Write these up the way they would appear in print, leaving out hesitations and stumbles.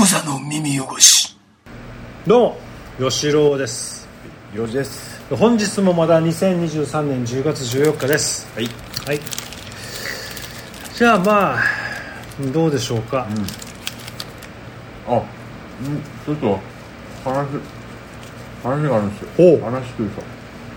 座の耳汚し。 どうも吉郎です。 よしです。 本日もまだ2023年10月14日です。 はい、 はい、じゃあまあどうでしょうか。 ちょっと話があるんですよ。話というか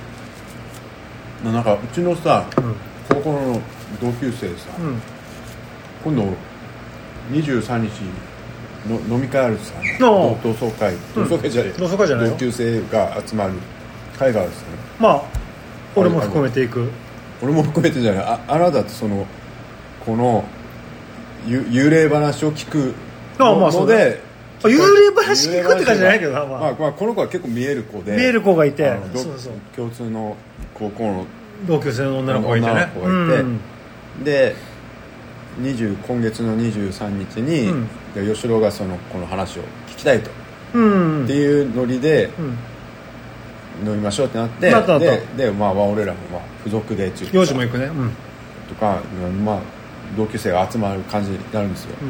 なんかうちのさ、高校の同級生さ、今度23日の飲み会あるさ、同窓会じゃない、同級生が集まる会があるさね。 まあ俺も含めていく。 俺も含めてじゃない。あなたってこの幽霊話を聞くので、 幽霊話聞くって感じじゃないけどな、 まあこの子は結構見える子で、 見える子がいて、 そう共通の高校の同級生の女の子がいてね、 で今月の23日に、吉郎がこの話を聞きたいと、っていうノリで、飲みましょうってなって、でまあ俺らも付属で幼児も行くね、 とか、まあ同級生が集まる感じになるんですよ、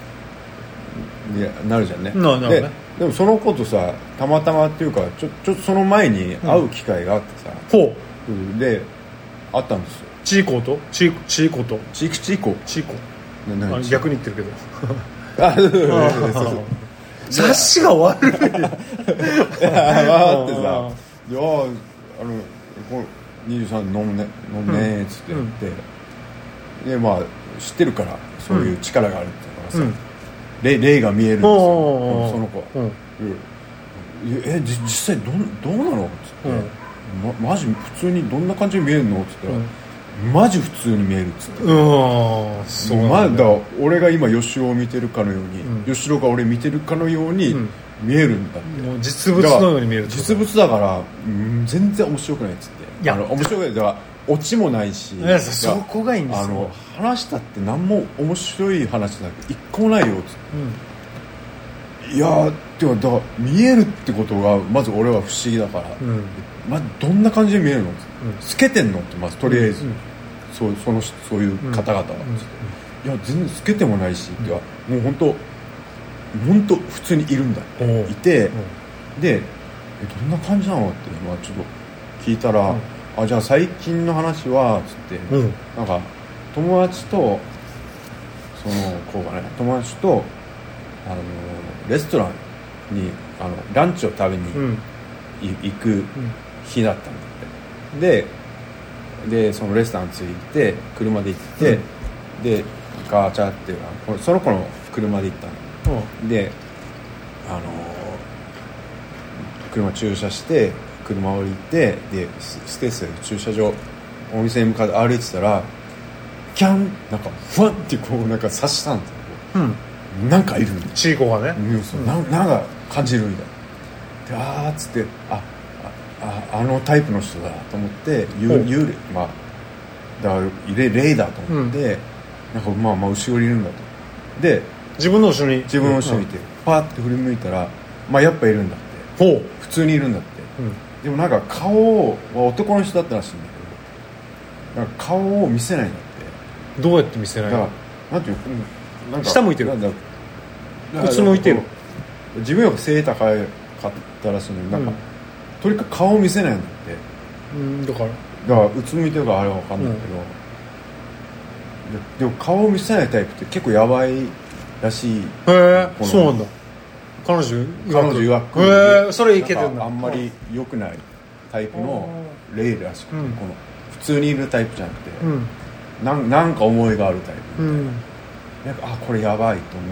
なるじゃんね。でもその子とさ、たまたまっていうかちょっとその前に会う機会があってさ、で会ったんですよ。 チーコとチーコ逆に言ってるけど察しが悪いってさ、 23飲むねっつって言って、でまあ知ってるからそういう力があるっていうのがさ、霊が見えるんですよ、その子は。実際どうなのっつって、マジ普通にどんな感じに見えるのっつったら、マジ普通に見えるっつって、そうなんだ。俺が今吉郎を見てるかのように、吉郎が俺見てるかのように見えるんだって。 もう実物のように見える。 実物だから、全然面白くないっつって。面白くないだからオチもないし、 そこがいいんですよ。 話したって何も面白い話なんて一個もないよっつって、いやでもだから見えるってことがまず俺は不思議だから、どんな感じで見えるのって、透けてんのってまずとりあえず、そういう方々は、いや全然透けてもないし、もう本当普通にいるんだいて、でどんな感じなのって、ちょっと聞いたら、じゃあ最近の話はつって、なんか友達とその子がね、友達とレストランにランチを食べに行く日だったんだって。でそのレストラン着いて車で行って、でガチャってその子の車で行ったの、で車駐車して車降りて、でステージで駐車場お店に向かって歩いてたら、キャンなんかふわってなんか察したんですよ、なんかいるんだ。 チーコがね、 なんか感じるんだ。でっつって、あのタイプの人だと思って、幽霊、だから霊だと思って、なんか後ろにいるんだと。で自分の後ろにいて、パーって振り向いたら、やっぱいるんだって。普通にいるんだって。でもなんか顔は男の人だったらしいんだけど、なんか顔を見せないんだって。 どうやって見せないの？ だからなんていうなんか下向いてる。こっち向いてる。 自分より背高かったらしいのに、なんかとにかく顔を見せないんだって。だからうつむいてるからあれは分かんないけど、でも顔を見せないタイプって結構やばいらしい。 そうなんだ。彼女曰くそれいけてるんだ。 あんまり良くないタイプの霊らしくて、この普通にいるタイプじゃなくて、なんか思いがあるタイプみたいな、これやばいと思って、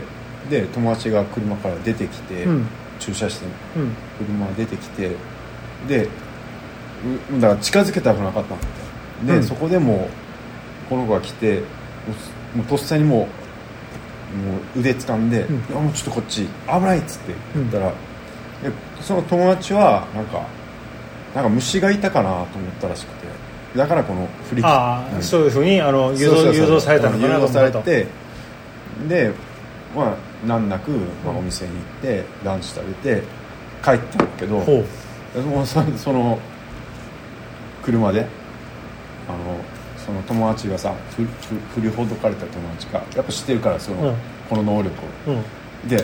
で友達が車から出てきて、駐車して、車が出てきて、でだから近づけたくなかったんだって。で、そこでもこの子が来て、もうとっさにもう腕掴んで、もうちょっとこっち危ないっつって言ったら、その友達はなんか虫がいたかなと思ったらしくて、だからこの振り切って、 そういうふうに誘導されたのかなと思った。 誘導されて、で難なくお店に行ってランチ食べて帰ったんだけど、その車でその友達がさ、振りほどかれた友達がやっぱ知ってるから、この能力を、で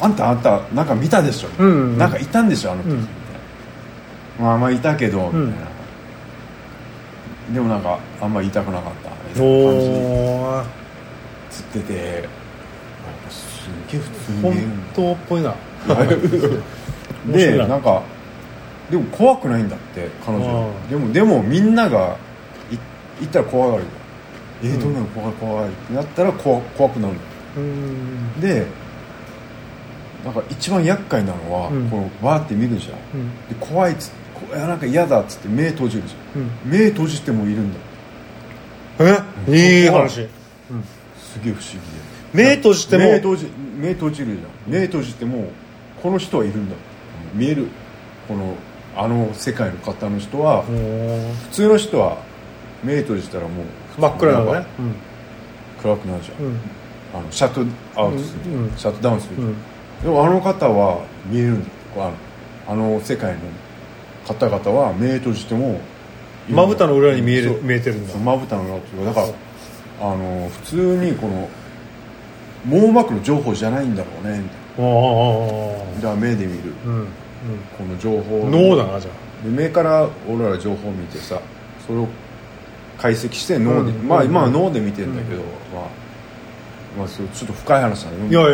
あんたなんか見たでしょ、 うんうん、 なんかいたんでしょあの時、みたいな、まあいたけど、みたいな、でもなんかあんま言いたくなかったみたいな感じにつってて、すげえ普通に見える本当っぽいなでなんかでも怖くないんだって彼女。でもみんなが言ったら怖がる。どんなの怖いってなったら怖くなる。でなんか一番厄介なのは、このわーって見るじゃん、で怖いっつってなんか嫌だっつって目閉じるじゃん、目閉じてもいるんだ。 いい話、 すげえ不思議で、 目閉じても目閉じるじゃん。目閉じてもこの人はいるんだ、見える。この世界の方の人は、普通の人は目閉じたらもう真っ暗なのね、 暗くなるじゃん、シャットアウトする、シャットダウンする、でもあの方は見えるんだ。世界の方々は目閉じてもまぶたの裏に見えてるんだ。 まぶたの裏っていうか、だから普通にこの網膜の情報じゃないんだろうねみたいな。じゃあ目で見る、この情報脳だな。じゃあで目から俺ら情報を見てさ、それを解析して脳で、まあ今は脳で見てるんだけど、まあちょっと深い話なんだけど、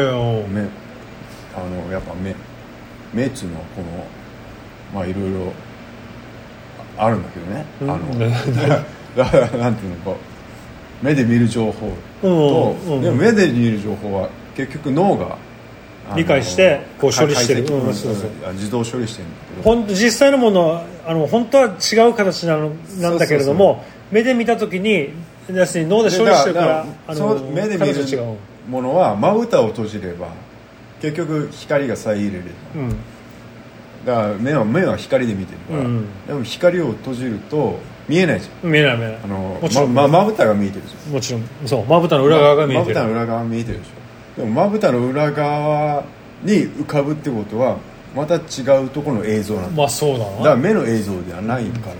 やっぱ目っていうのはこのまあいろいろあるんだけどね、だからなんていうのか、目で見る情報と、でも目で見る情報は結局脳が理解してこう処理してる、 自動処理してるんだけど、 実際のものは本当は違う形なんだけれども、目で見た時に要するに脳で処理してるから、 その目で見るものはまぶたを閉じれば結局光が遮れる、だから目は光で見てるから、でも光を閉じると見えないじゃん。 見えないもちろんまぶたが見えてるじゃん。 もちろんそう、まぶたの裏側が見えてる。 まぶたの裏側が見えてるでしょ。でもまぶたの裏側に浮かぶってことはまた違うところの映像なんだ。 まあそうだな。 だから目の映像ではないから、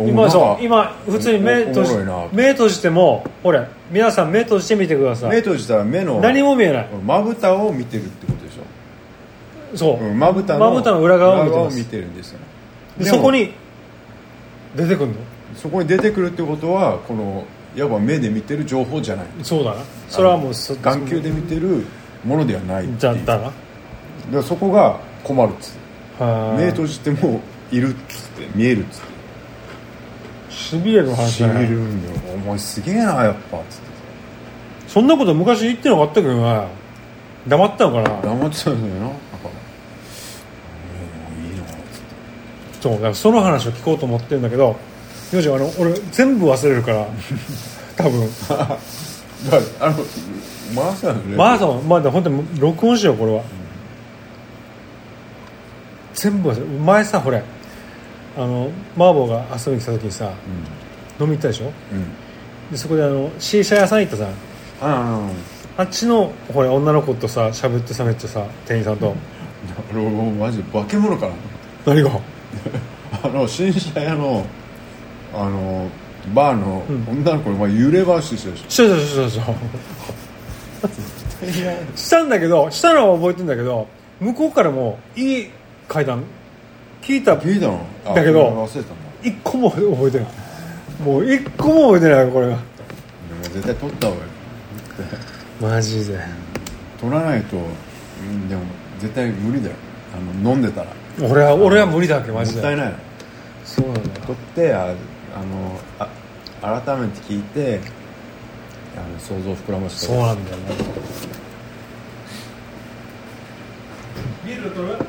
今普通に目閉じても、ほら皆さん目閉じてみてください。 目閉じたら目の何も見えない。 まぶたを見てるってことでしょ。 そう、 まぶたの裏側を見てるんですよ。 でそこに出てくるの。 そこに出てくるってことはこのやっぱ目で見てる情報じゃない。 そうだな。それはもう眼球で見てるものではないっていう。 だな。 だからそこが困るっつって、目閉じてもいるっつって見えるっつって、 しびれる話だね。 しびれるんだよ。お前すげえなやっぱっつって。 そんなこと昔言ってなかったけどね。黙ったのかな。 黙ってたんだよな。だからいいなっつって。 そうだからその話を聞こうと思ってるんだけど、よし俺全部忘れるから多分まだ本当に録音しようこれは、全部忘れる。前さ、ほれマーボーが遊びに来た時にさ、飲み行ったでしょ、でそこでシーシャ屋さん行ったさ、あっちのほれ女の子とさ喋ってさ、めっちゃさ店員さんとマジで化け物かな。 何がシーシャ屋のバーの女の子の揺れ話してるでしょ。 したんだけど、したのは覚えてるんだけど、向こうからもいい階段聞いたのだけど忘れたんだ。 一個も覚えてない。もう一個も覚えてないこれが。 でも絶対取った方がいい。 マジで取らないと、でも絶対無理だよ。飲んでたら俺は無理だっけマジで。 もったいない。 そうなんだよ。 取って改めて聞いて想像膨らませた。 そうなんだよね。ビール取る？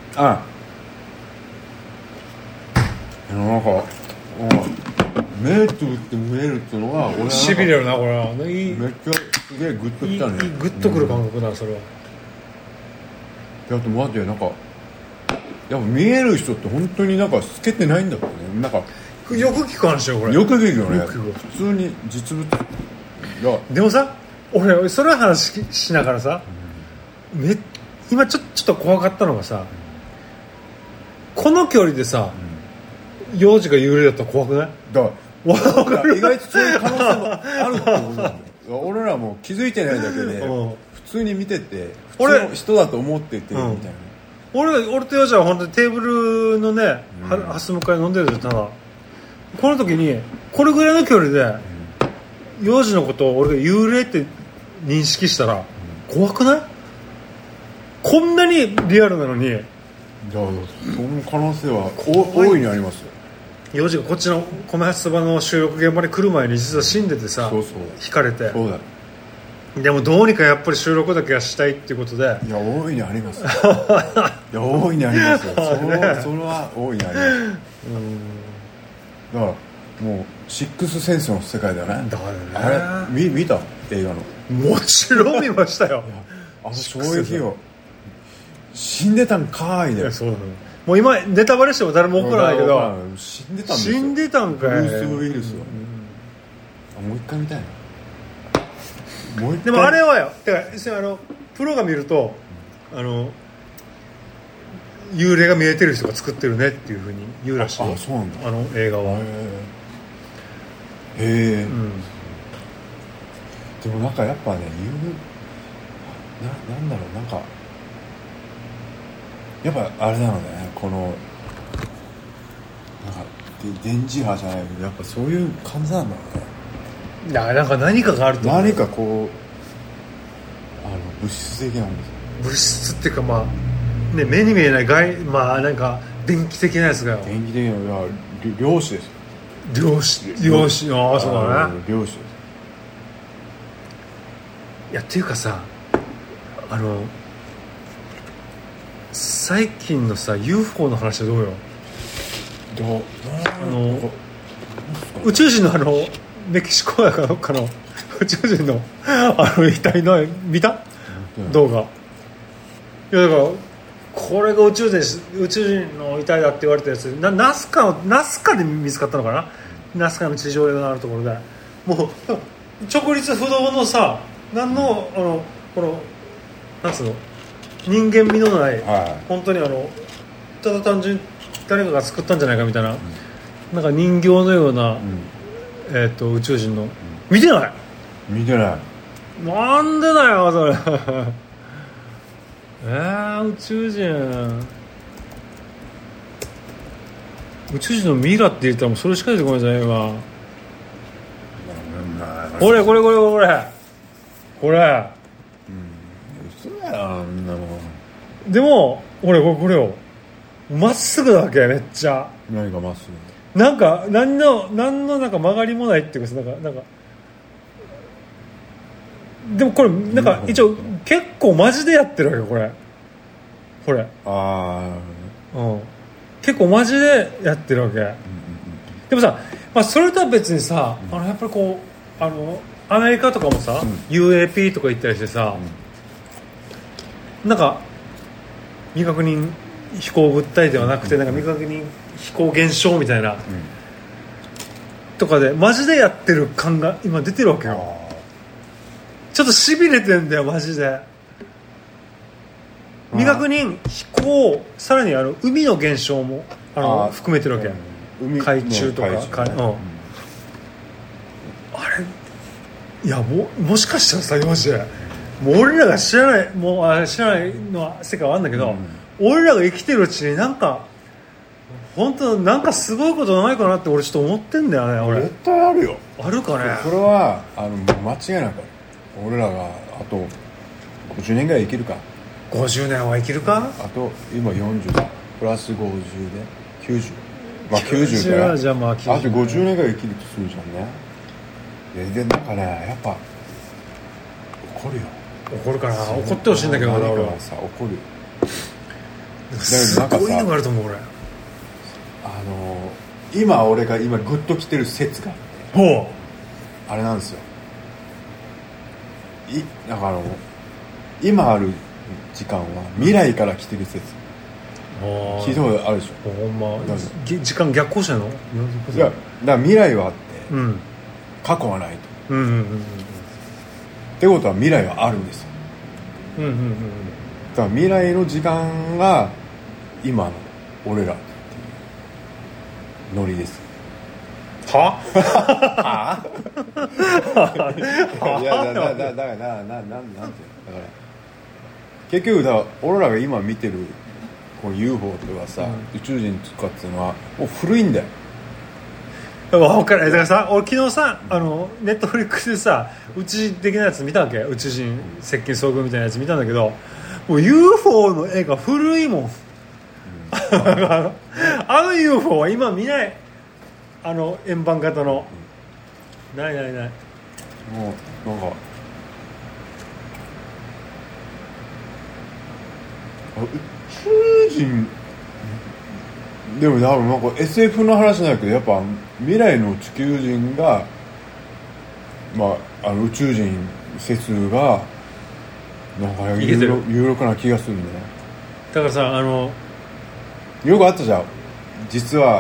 なんか目つぶって見えるっていうのは俺しびれるなこれは。 めっちゃすげえグッときたね。 グッとくる感覚だそれは。 だって待ってなんかやっぱ見える人って本当になんか透けてないんだからね。なんかよく聞く話よこれ。 よく聞くよね。普通に実物でもさ、俺それ話しながらさ、今ちょっと怖かったのがさ、この距離でさ、幼児が幽霊だったら怖くない？ だから意外とそういう可能性もあるってことなんだよ。 俺らも気づいてないだけで普通に見てて普通の人だと思っててみたいな、 俺とヨジは本当にテーブルのね、ハス向かい飲んでるとこの時にこれぐらいの距離で、ヨジのことを俺が幽霊って認識したら怖くない？こんなにリアルなのに。 その可能性は大いにありますよ。 ヨジがこっちの米八そばの収録現場に来る前に実は死んでてさ、引かれて、 そうだ。 でもどうにかやっぱり収録だけはしたいっていうことで、 いや大いにありますよ。いや大いにありますよ。それは大いにあります。だからもうシックスセンスの世界だよね。あれ見た映画の。 もちろん見ましたよ。 あの衝撃を。死んでたんかーいで。 そうなの。もう今ネタバレしても誰も怒らないけど、 死んでたんですよ。 死んでたんかい。 ブルース・ウィルスは、もう一回見たいな。もう一回。 でもあれはよ、てかプロが見ると幽霊が見えてる人が作ってるねっていう風に言うらしい。 あ、そうなんだ。 映画は。 へえ。でもなんかやっぱね、なんだろう、なんかやっぱあれなのね、このなんか電磁波じゃないけど、やっぱそういう感じなんだろうね。 なんか何かがあると思う。 何かこう物質的なもの。 物質っていうかまあね、目に見えないまあなんか電気的なやつがよ。 電気的な、いや量子ですよ。 量子。ああそうだね。 量子です。 いやっていうかさ、最近のさ UFO の話はどうよ。宇宙人のメキシコやかどっかの宇宙人の遺体の見た動画。いやだからこれが宇宙人の遺体だって言われたやつ、ナスカで見つかったのかな。ナスカの地上絵があるところで、もう直立不動のさ、何のこのなんつうの、人間味のない、本当にただ単純に誰かが作ったんじゃないかみたいな、なんか人形のような、宇宙人の、見てないなんでだよそれ。宇宙人のミイラって言ったらもうそれしか出てこないじゃない今。これ嘘だよ、あんなもん。 でも俺これをまっすぐだわけ、めっちゃ。 何がまっすぐなんか何のなんか曲がりもないっていうか、なんかでもこれなんか一応結構マジでやってるわけよこれ。結構マジでやってるわけ、でもさ、まあ、それとは別にさ、やっぱりこうアメリカとかもさ、UAP とか言ったりしてさ、なんか未確認飛行物体ではなくて、なんか未確認飛行現象みたいな、とかでマジでやってる感が今出てるわけよ。ちょっと痺れてんだよマジで。未確認飛行、さらに海の現象も含めてるわけ、海中とか、あれいやもしかしたらさ、マジでもう俺らが知らないのは世界はあるんだけど、俺らが生きてるうちになんか本当なんかすごいことないかなって俺ちょっと思ってんだよね。俺絶対あるよ。 あるかね。 それは間違いなく俺らがあと50年ぐらい生きるか。 50年は生きるか。 あと今40だ、プラス50で90、まあ90から、 じゃあまああと50年ぐらい生きるとするじゃんね。でなんかね、やっぱ怒るよ。 怒るかな。怒ってほしいんだけどな、俺はさ、怒るよ。 すごいのがあると思う俺。 今俺がグッときてる説があれなんですよ。だから今ある時間は未来から来てる説。聞いたことあるでしょ。 ほんま時間逆行したの。 いやだから未来はあって、過去はないと、ってことは未来はあるんですよ。だから未来の時間が今の俺らっていうノリです。 いやだからなんていうだから結局俺らが今見てるこう UFO とかさ、宇宙人とかっていうのはもう古いんだよ。 分からない。だからさ、俺昨日さネットフリックスでさ宇宙人的なやつ見たわけ。宇宙人接近遭遇みたいなやつ見たんだけど、もう UFO の絵が古いもん、あの UFO は今見ない。円盤型の、ないもうなんか宇宙人でも多分なんか SF の話じゃないけど、やっぱ未来の地球人が、宇宙人説がなんか有力な気がするんだよ。 だからさよくあったじゃん。実は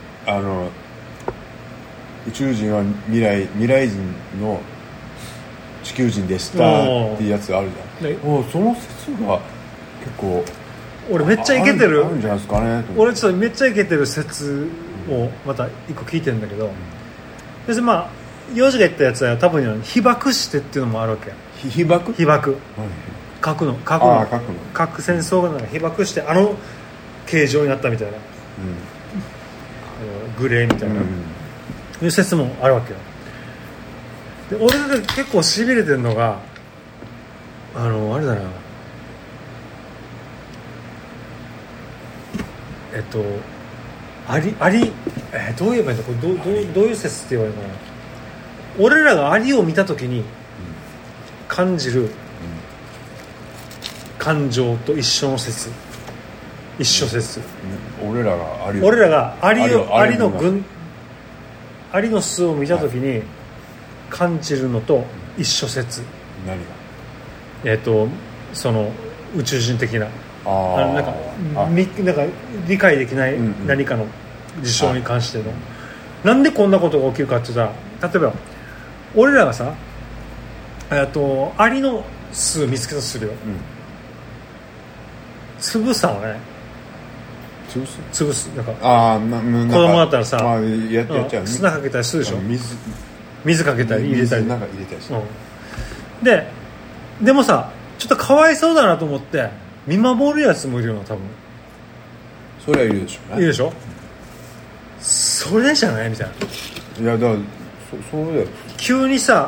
宇宙人は未来人の地球人でしたっていうやつあるじゃん。その説が結構俺めっちゃイケてる。 あるんじゃないですかね。 俺ちょっとめっちゃイケてる説をまた一個聞いてるんだけど、別に幼児が言ったやつは多分被爆してっていうのもあるわけ。 被爆核戦争がなんか被爆して形状になったみたいな、グレーみたいな、いう説もあるわけよ。で俺が結構しびれてるのがあれだな、どう言えばいいんだこれ、どういう説って言われるのかな。俺らがアリを見たときに感じる感情と一緒説。 俺らがアリの巣を見たときに感じるのと一緒説。 何がその宇宙人的ななんか理解できない何かの事象に関しての、なんでこんなことが起きるかって言ったら、例えば俺らがさアリの巣見つけたとするよ、潰すのね。潰すなんか子供だったらさ、砂かけたりするでしょ。水かけたり入れたりでもさ、ちょっとかわいそうだなと思って見守るやつもいるよな、多分。 それはいるでしょうね。 いるでしょ。それじゃないみたいな。 いやだからそうだよ。 急にさ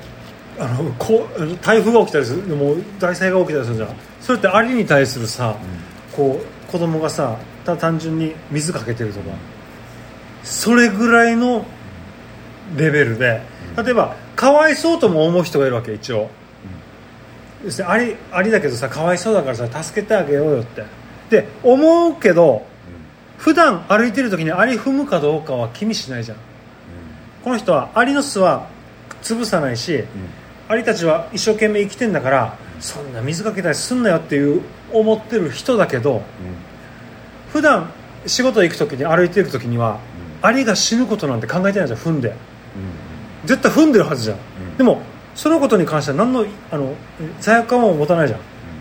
台風が起きたりする、もう大災害が起きたりするじゃん。それってアリに対するさ、子供がさ単純に水かけてるとか、それぐらいのレベルで、例えばかわいそうとも思う人がいるわけ一応。アリだけどさ、かわいそうだからさ助けてあげようよってで思うけど、普段歩いてる時にアリ踏むかどうかは気にしないじゃん。この人はアリの巣は潰さないし、アリたちは一生懸命生きてんだから、そんな水かけたりすんなよっていう思ってる人だけど、普段仕事行く時に歩いてる時には、アリが死ぬことなんて考えてないじゃん。踏んで、絶対踏んでるはずじゃん。でもそのことに関しては何の罪悪感を持たないじゃん。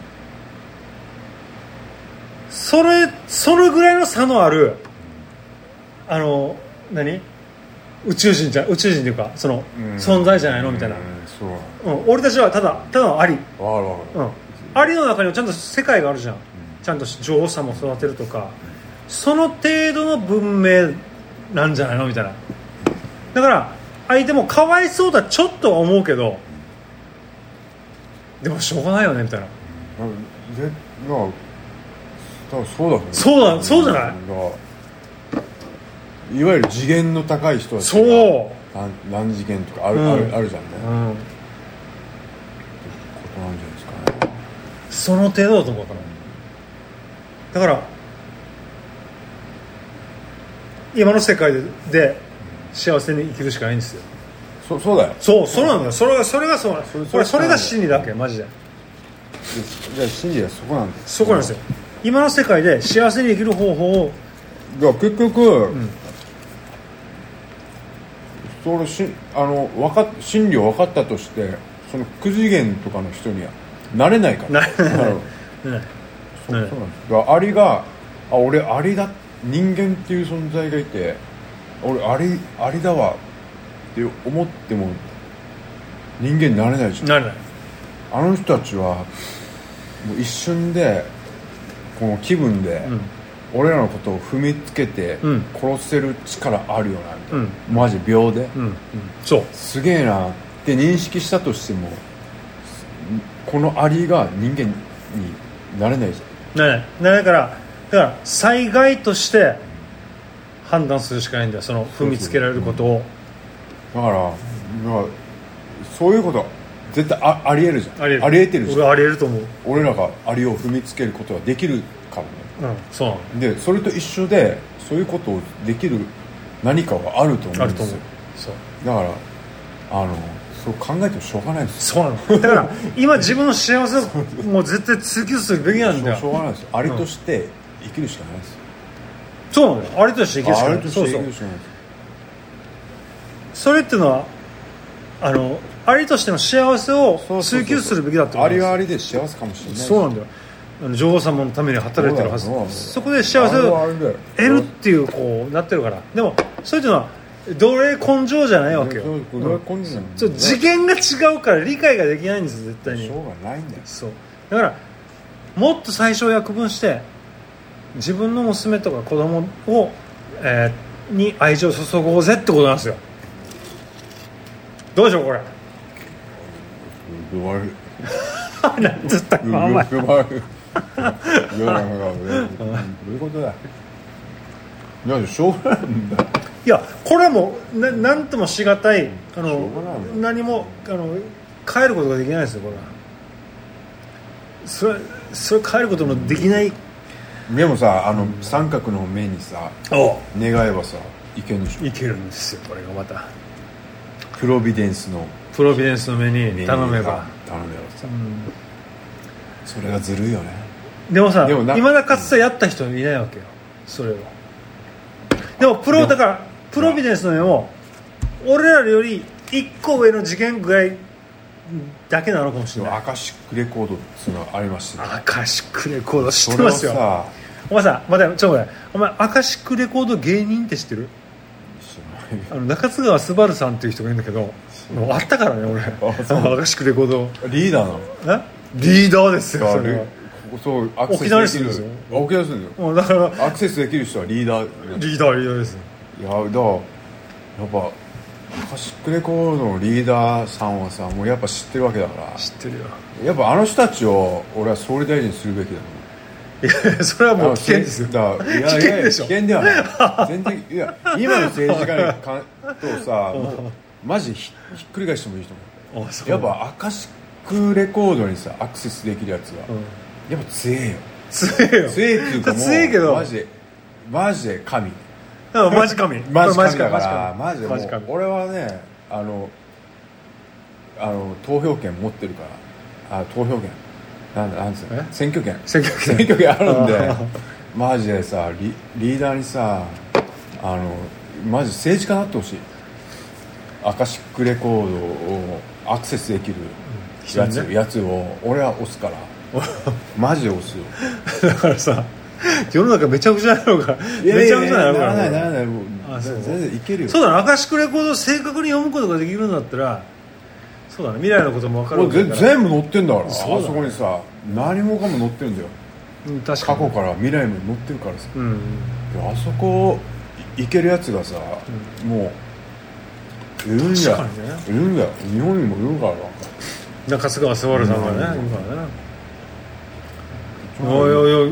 それぐらいの差のある宇宙人っていうかその存在じゃないのみたいな。俺たちはただのアリ。アリの中にはちゃんと世界があるじゃん。ちゃんと女王様を育てるとか、その程度の文明なんじゃないのみたいな。だから相手もかわいそうだちょっとは思うけど、でもしょうがないよねみたいな。 そうだね。 そうじゃない。 いわゆる次元の高い人たちが何次元とかあるじゃんね。ことなんじゃないですかね。 その程度だと思うから。だから今の世界で幸せに生きるしかないんですよ。 そうだよ。 そうなんだよ。それがそうなん。それが真理だっけマジで。 じゃあ真理はそこなんだよ。 そこなんですよ。今の世界で幸せに生きる方法を。 結局、真理を分かったとして、その9次元とかの人にはなれないから。そうなんです。アリが俺アリだ、人間っていう存在がいて、 俺ありだわって思っても人間になれないじゃん。 なれない。 あの人たちはもう一瞬でこの気分で、俺らのことを踏みつけて殺せる力あるよなみたいな、マジ秒で、 そうすげえなって認識したとしてもこのアリが人間になれないじゃん。なれない。だから災害として判断するしかないんだよ、その踏みつけられることを。 だからそういうこと絶対ありえるじゃん。ありえてるじゃん。 俺ありえると思う。 俺らがアリを踏みつけることができるからね。 そうなの。 でそれと一緒でそういうことをできる何かがあると思うんですよ。 そうだからそう考えてもしょうがないですよ。そうなの。だから今自分の幸せをもう絶対追求するべきなんだよ。 しょうがないですよ。アリとして生きるしかないですよ。 そうなんだよ。アリとして生きるしかない。 アリとして生きるしかないです。 それっていうのはアリとしての幸せを追求するべきだってことです。 アリはアリで幸せかもしれない。 そうなんだよ。女王様のために働いてるはず。そこで幸せを得るっていうこうなってるから。でもそれっていうのは奴隷根性じゃないわけよ。次元が違うから理解ができないんです絶対に。 しょうがないんだよ。 そうだからもっと最小約分して自分の娘とか子供を、に愛情を注ごうぜってことなんですよ。どうでしょうこれ。なんつったかお前。 どういうことだ。いやしょうがないんだ。 いやこれもなんともしがたい何も変えることができないですよこれは。それ変えることのできない。 でもさ三角の目にさ願えばさいけるんでしょ。 いけるんですよこれがまた。 プロビデンスの目に頼めばさ、それがずるいよね。 でもさ今だかつてやった人いないわけよそれを。でもだからプロビデンスの目も俺らより一個上の次元ぐらいだけなのかもしれない。 アカシックレコードっていうのがありまして、ね、 アカシックレコード知ってますよ。お前さ待ってお前アカシックレコード芸人って知ってる？中津川すばるさんっていう人がいるんだけどあったからね俺。アカシックレコードリーダーなの？ リーダーですよそれは。 そうアクセスできる。 沖縄にするんですよ。 沖縄にするんだよ。だからアクセスできる人はリーダーです。いやだからやっぱアカシックレコードのリーダーさんはさもうやっぱ知ってるわけだから。 知ってるよ。 やっぱあの人たちを俺は総理大臣にするべきだと思う。 いやそれはもう危険ですよ。 危険でしょ。危険ではない。全然いや今の政治家とさもうマジひっくり返してもいいと思う。やっぱアカシックレコードにさアクセスできるやつが、やっぱ強えよ。強えっていうかもう強えけどマジで神。 マジ神だからマジでもう俺はね投票権持ってるから投票権なんですか選挙権あるんでマジでさリーダーにさマジ政治家になってほしい。アカシックレコードをアクセスできるやつを俺は押すからマジで押すよ。 だからさ世の中めちゃくちゃなのかめちゃくちゃなのかならない全然いけるよ。 そうだね。アカシックレコードを正確に読むことができるんだったらそうだね未来のことも分かるわけだから全部載ってんだからあそこにさ何もかも載ってるんだよ。 確かに過去から未来も載ってるからさ、あそこ行けるやつがさ、もういるんだよ、日本にもいるから中津川すばるさんがね、いるからね。も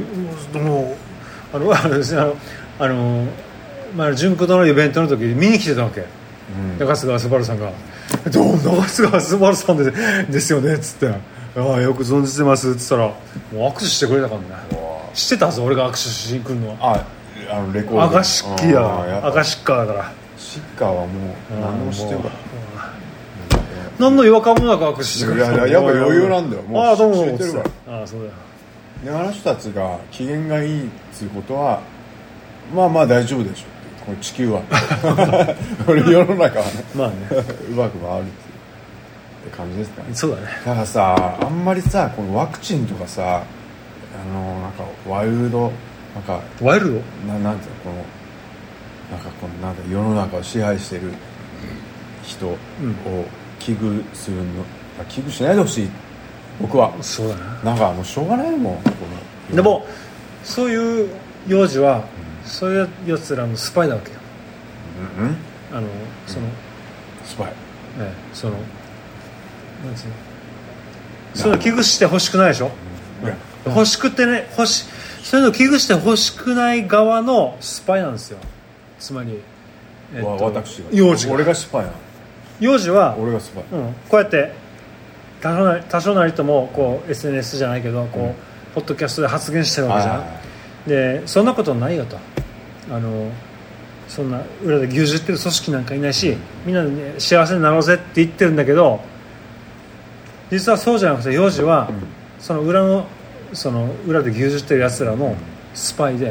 う純子とのイベントの時見に来てたわけ、中津川すばるさんが中津川すばるさんですよねっつってよく存じてますっつったらもう握手してくれたからね。知ってたはず俺が握手しに来るのは。 レコードアカシッキーアカシッカーだからシッカーはもう何もしてるから何の違和感もなく握手してくれた。 やっぱ余裕なんだよ。もうどうも知れてるからそうだよ。 であの人たちが機嫌がいいっていうことはまあ大丈夫でしょってこの地球は世の中はねまあねうまく回るって感じですかね。 そうだね。 だからさあんまりさこのワクチンとかさなんかワイルドなんかワイルドなんていうのこのなんかこのなんか世の中を支配してる人を危惧するの、危惧しないでほしい僕は。 そうだな。 なんかもうしょうがないもん。 でもそういう幼児は、そういうやつらのスパイなわけよ。そのスパイ、 そのなんつうの、そういうの危惧してほしくないでしょ。欲しくてね、そういうの危惧してほしくない側のスパイなんですよ。つまり、 私が幼児が、 俺がスパイなの。 幼児は俺がスパイ、 こうやって多少なりともこう SNS じゃないけどこう、ポッドキャストで発言してるわけじゃん。でそんなことないよと、そんな裏で牛耳ってる組織なんかいないし、みんなで、ね、幸せになろうぜって言ってるんだけど、実はそうじゃなくて幼児は、その裏で牛耳ってるやつらのスパイで、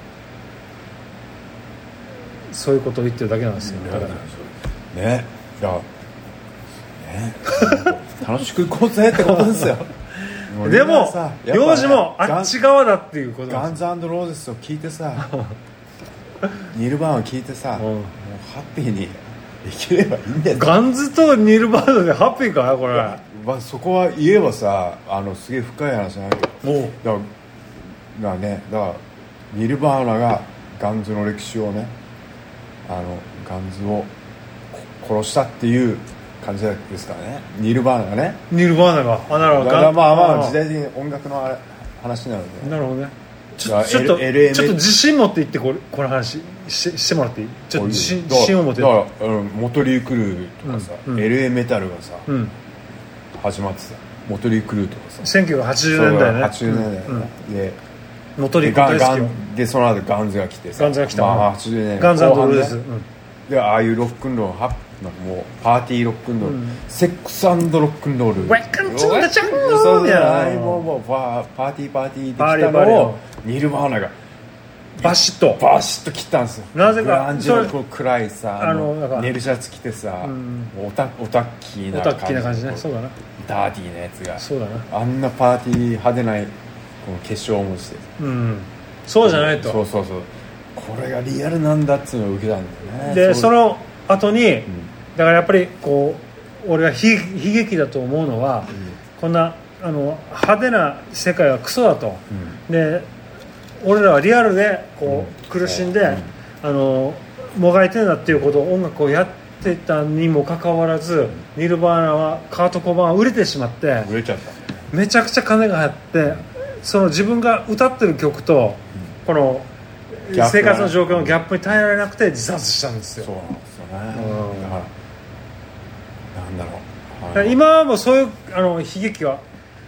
そういうことを言ってるだけなんですよ。だからね、いやね楽しく行こうぜってことですよでも幼児もあっち側だっていうことなんですよ。 ガンズ&ローゼスを聞いてさニルバーナを聞いてさ、もうハッピーに生きればいいんだよ。 ガンズとニルバーナでハッピーかこれ。 そこは言えばさ、すげえ深い話じゃないけど、だからニルバーナがガンズの歴史をね、ガンズを殺したっていう感じですからね。ニルバーナがね。 ニルバーナがなるほど。まあ時代的に音楽の話なので。 なるほどね。ちょっと自信持って言ってこの話してもらっていい？ちょっと自信を持って。 だからモトリー・クルーとかさ、LA メタルがさ、始まってさ、モトリー・クルーとかさ、 1980年代ね。 80年代で、 モトリー・クルー大好きよ。 でその後ガンズが来てさ、 ガンズが来た。 80年代ガンズ&ローズ。 でああいうロックンロール、もうパーティーロックンロール、セックス&ロックンロール、 ウェッカムチュージャングル、 もうパーティーで来たのをニルバーナがバシッと切ったんですよ。 なぜかグランジの暗いさ、ネルシャツ着てさ、オタッキーな感じね。 そうだな。 ダーティーなやつが、 そうだな。 あんなパーティー派手なこの化粧もして、 そうじゃないと。 そうこれがリアルなんだっつうのを受けたんだよね。 でその後に、だからやっぱりこう俺が悲劇だと思うのは、こんな派手な世界はクソだと、で俺らはリアルでこう苦しんで、もがいてるんだっていうことを音楽をやってたにもかかわらず、ニルバーナはカート・コバーンは売れてしまって、 売れちゃった。 めちゃくちゃ金が入って、その自分が歌ってる曲とこの生活の状況のギャップに耐えられなくて自殺したんですよ。 そうなんですよね。だからなんだろう、 今もそういう悲劇は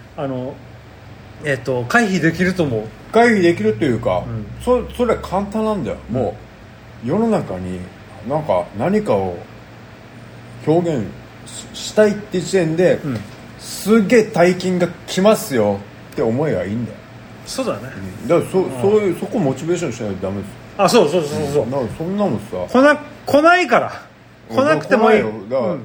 回避できると思う。 回避できるというか、それは簡単なんだよ。もう世の中に何かを表現したいって時点で、すげえ大金が来ますよって思いがいいんだよ。 そうだね。 だからそこモチベーションしないとダメですよ。 そう。 なんかそんなもんさ来ないから来なくてもいいよ。 だから、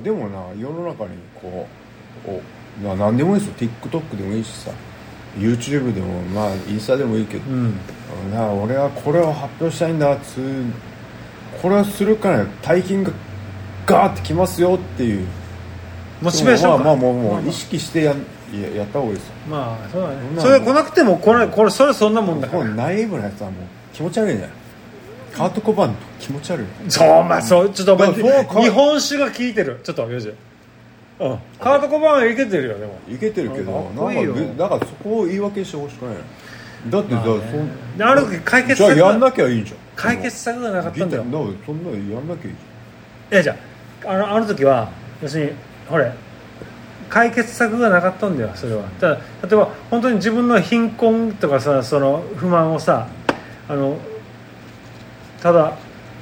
でもな、世の中にこう何でもいいですよ。 TikTok でもいいしさ、 YouTube でもまあインスタでもいいけど、俺はこれを発表したいんだこれをするから大金がガーってきますよっていうモチベーションか。 もう意識してやった方がいいですよ。 まあそうだね。それ来なくてもこれそんなもんだから。 ナイーブなやつはもう気持ち悪いね。カート・コバーンと気持ち悪い。 ちょっと日本酒が効いてる。ちょっとよじカート・コバーンはいけてるよ。でもいけてるけど、だからそこを言い訳してほしくない。だってある時解決策じゃあやんなきゃいいじゃん。 解決策がなかったんだよ。 だからそんなのやんなきゃいいじゃん。じゃああの時は要するにほれ解決策がなかったんだよ。それは例えば本当に自分の貧困とかさ、その不満をさ、ただ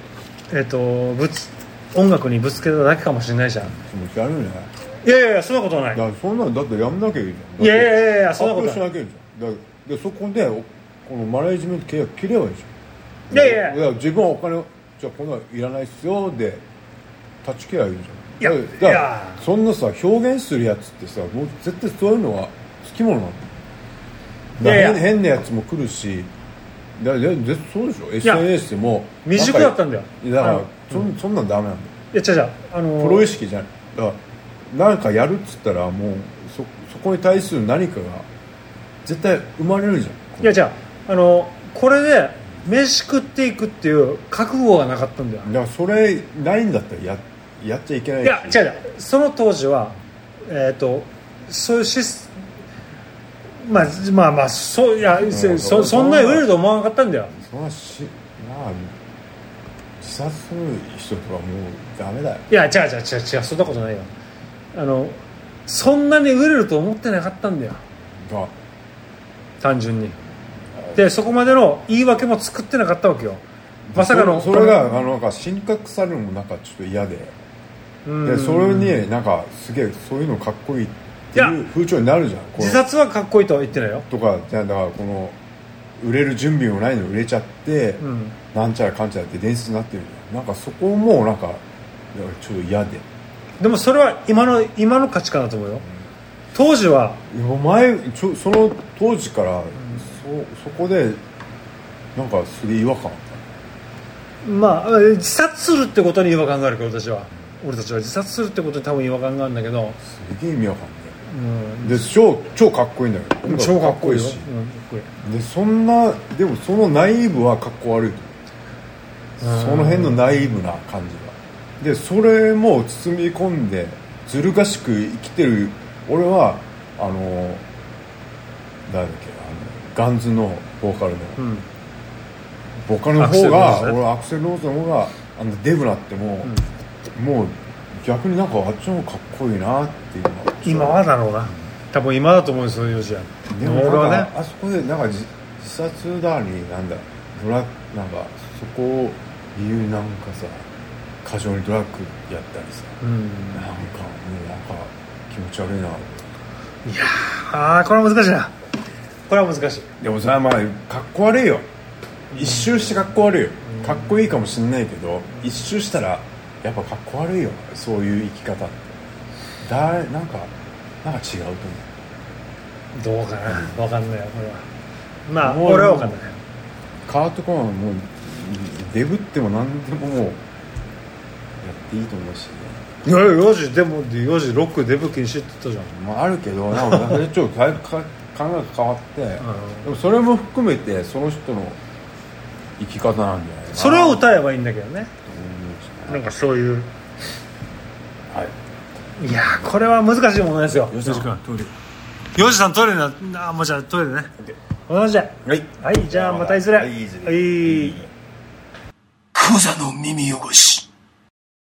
音楽にぶつけただけかもしれないじゃん。 気持ち悪いね。 いやそんなことない。 そんなのだってやんなきゃいいじゃん。 いやそんなことない。 しなきゃいいじゃん。でそこでこのマネージメント契約切ればいいじゃん。いや自分はお金じゃあこんなのいらないっすよで断ち切ればいいじゃん。いやそんなさ表現するやつってさ、もう絶対そういうのは好きものなんだ。変なやつも来るし、 そうでしょ。 SNS でも未熟だったんだよ。 だからそんなんダメなんだよ。 いや違うプロ意識じゃない。だからなんかやるっつったらもうそこに対する何かが絶対生まれるじゃん。 いやじゃあこれで飯食っていくっていう覚悟がなかったんだよ。 だからそれないんだったらやっちゃいけない。 いや違うその当時はそういうまあそういや、そんなに売れると思わなかったんだよ。 まあ自殺する人とかもうダメだよ。 いや違うそんなことないよ。そんなに売れると思ってなかったんだよ、単純に。でそこまでの言い訳も作ってなかったわけよ。まさかのそれがなんか神格されるのもなんかちょっと嫌で、それになんかすげえそういうのかっこいいっていう風潮になるじゃん。 自殺はかっこいいとは言ってないよとか。だからこの売れる準備もないのに売れちゃって、なんちゃらかんちゃらって伝説になってるじゃん。なんかそこもなんかちょっと嫌で。 でもそれは今の価値観だと思うよ。当時はその当時から、そこでなんかすげえ違和感あった。 まあ自殺するってことに違和感があるから俺たちは自殺するってことに多分違和感があるんだけど、 すげえ意味わかんない、で超かっこいいんだけど、 超かっこいいし、 ででもそのナイーブはかっこ悪いと思う。その辺のナイーブな感じがで、それも包み込んでずる賢く生きてる。俺は誰だっけ、ガンズのボーカルの方が、俺はアクセル・ローズの方がデブなっても、もう逆になんかあっちの方がかっこいいなっていうのは今はだろうな、多分今だと思うんですよ、ヨジは。 でも俺はね、あそこでなんか自殺だになんかそこを理由になんかさ過剰にドラッグやったりさ、なんか気持ち悪いな。 いやこれは難しいな。これは難しい。 でもさ、まあかっこ悪いよ。一周してかっこ悪いよ。かっこいいかもしんないけど、一周したらやっぱかっこ悪いよ。そういう生き方ってなんか違うと思う。どうかな、分かんないよこれは。まあ俺は分かんない。 カートコーンはもうデブっても何でももうやっていいと思うし、 いや4時でも4時ロックデブ禁止って言ったじゃん。 まああるけど、なんかちょっと考えが変わって、でもそれも含めてその人の生き方なんじゃないかな。 それを歌えばいいんだけどね、なんかそういう、いやこれは難しいものですよ。 吉君トイレ。 吉さんトイレな、もうじゃあトイレね。同じで、はい、じゃあまたいずれ。はい。 クザの耳汚し。